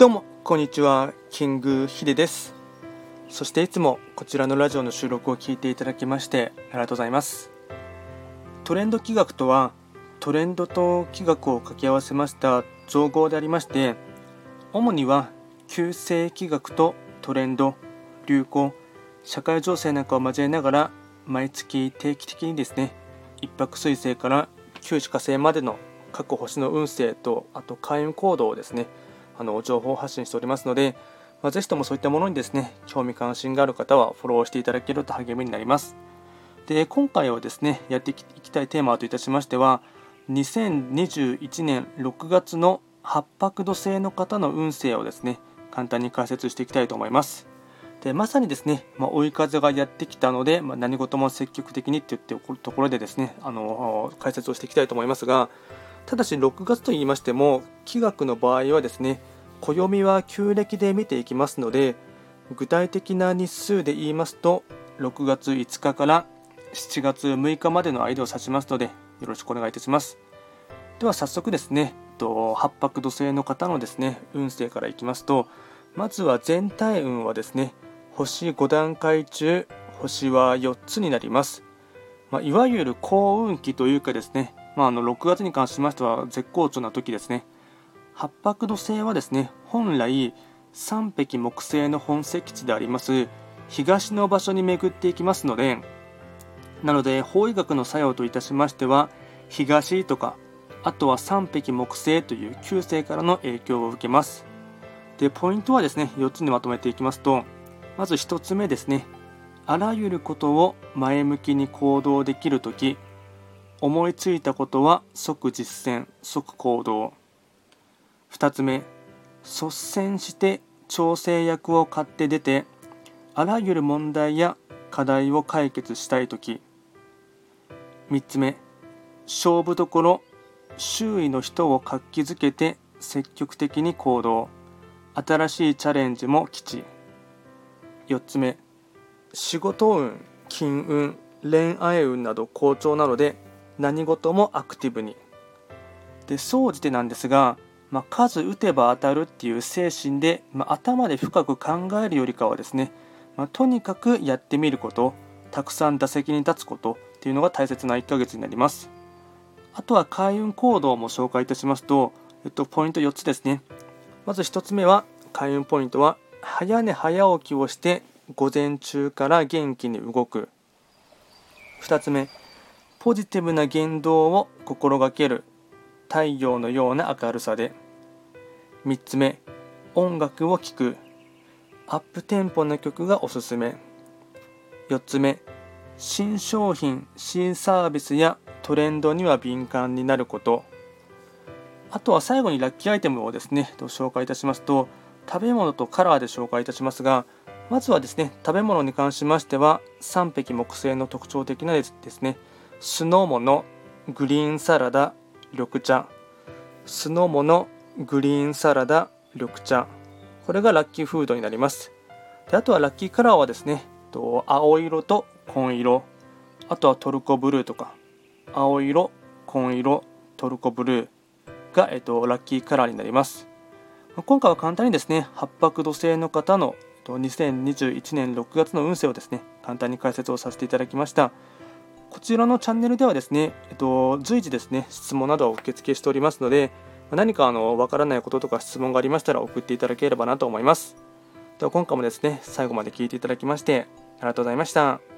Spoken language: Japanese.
どうもこんにちは、キングヒデです。そしていつもこちらのラジオの収録を聞いていただきましてありがとうございます。トレンド企画とは、トレンドと企画を掛け合わせました造語でありまして、主には旧世企画とトレンド、流行、社会情勢なんかを交えながら毎月定期的にですね、一泊水星から九死火星までの各星の運勢と、あと開運行動をですね、情報発信しておりますので、ぜひともそういったものにですね、興味関心がある方はフォローしていただけると励みになります。で、今回はですね、やっていきたいテーマといたしましては、2021年6月の八白土星の方の運勢をですね、簡単に解説していきたいと思います。で、まさにですね、追い風がやってきたので、何事も積極的にって言ってところでですね、解説をしていきたいと思いますが、ただし6月と言いましても、気学の場合はですね、暦は旧暦で見ていきますので、具体的な日数で言いますと、6月5日から7月6日までの間を指しますので、よろしくお願いいたします。では早速ですね、八白土星の方のですね、運勢からいきますと、まずは全体運はですね、星5段階中、星は4つになります。いわゆる幸運期というかですね、6月に関しましては絶好調な時ですね。八白土星はですね、本来三碧木星の本石地であります東の場所に巡っていきますので、方位学の作用といたしましては、東とか、あとは三碧木星という旧星からの影響を受けます。で、ポイントはですね、4つにまとめていきますと、まず1つ目ですね、あらゆることを前向きに行動できるとき、思いついたことは即実践、即行動。2つ目、率先して調整役を買って出て、あらゆる問題や課題を解決したいとき。3つ目、勝負どころ、周囲の人を活気づけて積極的に行動。新しいチャレンジも吉。4つ目、仕事運、金運、恋愛運など好調なので、何事もアクティブに。で、総じてなんですが、数打てば当たるっていう精神で、頭で深く考えるよりかはですね、とにかくやってみること、たくさん打席に立つことっていうのが大切な1ヶ月になります。あとは開運行動も紹介いたしますと、ポイント4つですね。まず1つ目は、開運ポイントは早寝早起きをして午前中から元気に動く。2つ目、ポジティブな言動を心がける。太陽のような明るさで。3つ目、音楽を聴く。アップテンポな曲がおすすめ。4つ目、新商品、新サービスやトレンドには敏感になること。あとは最後にラッキーアイテムをですね、紹介いたしますと、食べ物とカラーで紹介いたしますが、まずはですね、食べ物に関しましては、三碧木星の特徴的なですね、酢の物、グリーンサラダ、緑茶。酢の物、グリーンサラダ、緑茶。これがラッキーフードになります。で、あとはラッキーカラーはですね、青色と紺色、あとはトルコブルーとか、青色、紺色、トルコブルーが、ラッキーカラーになります。今回は簡単にですね、八白土星の方の2021年6月の運勢をですね、簡単に解説をさせていただきました。こちらのチャンネルではですね、随時ですね、質問などを受付しておりますので、何かわからないこととか質問がありましたら送っていただければなと思います。では今回もですね、最後まで聞いていただきましてありがとうございました。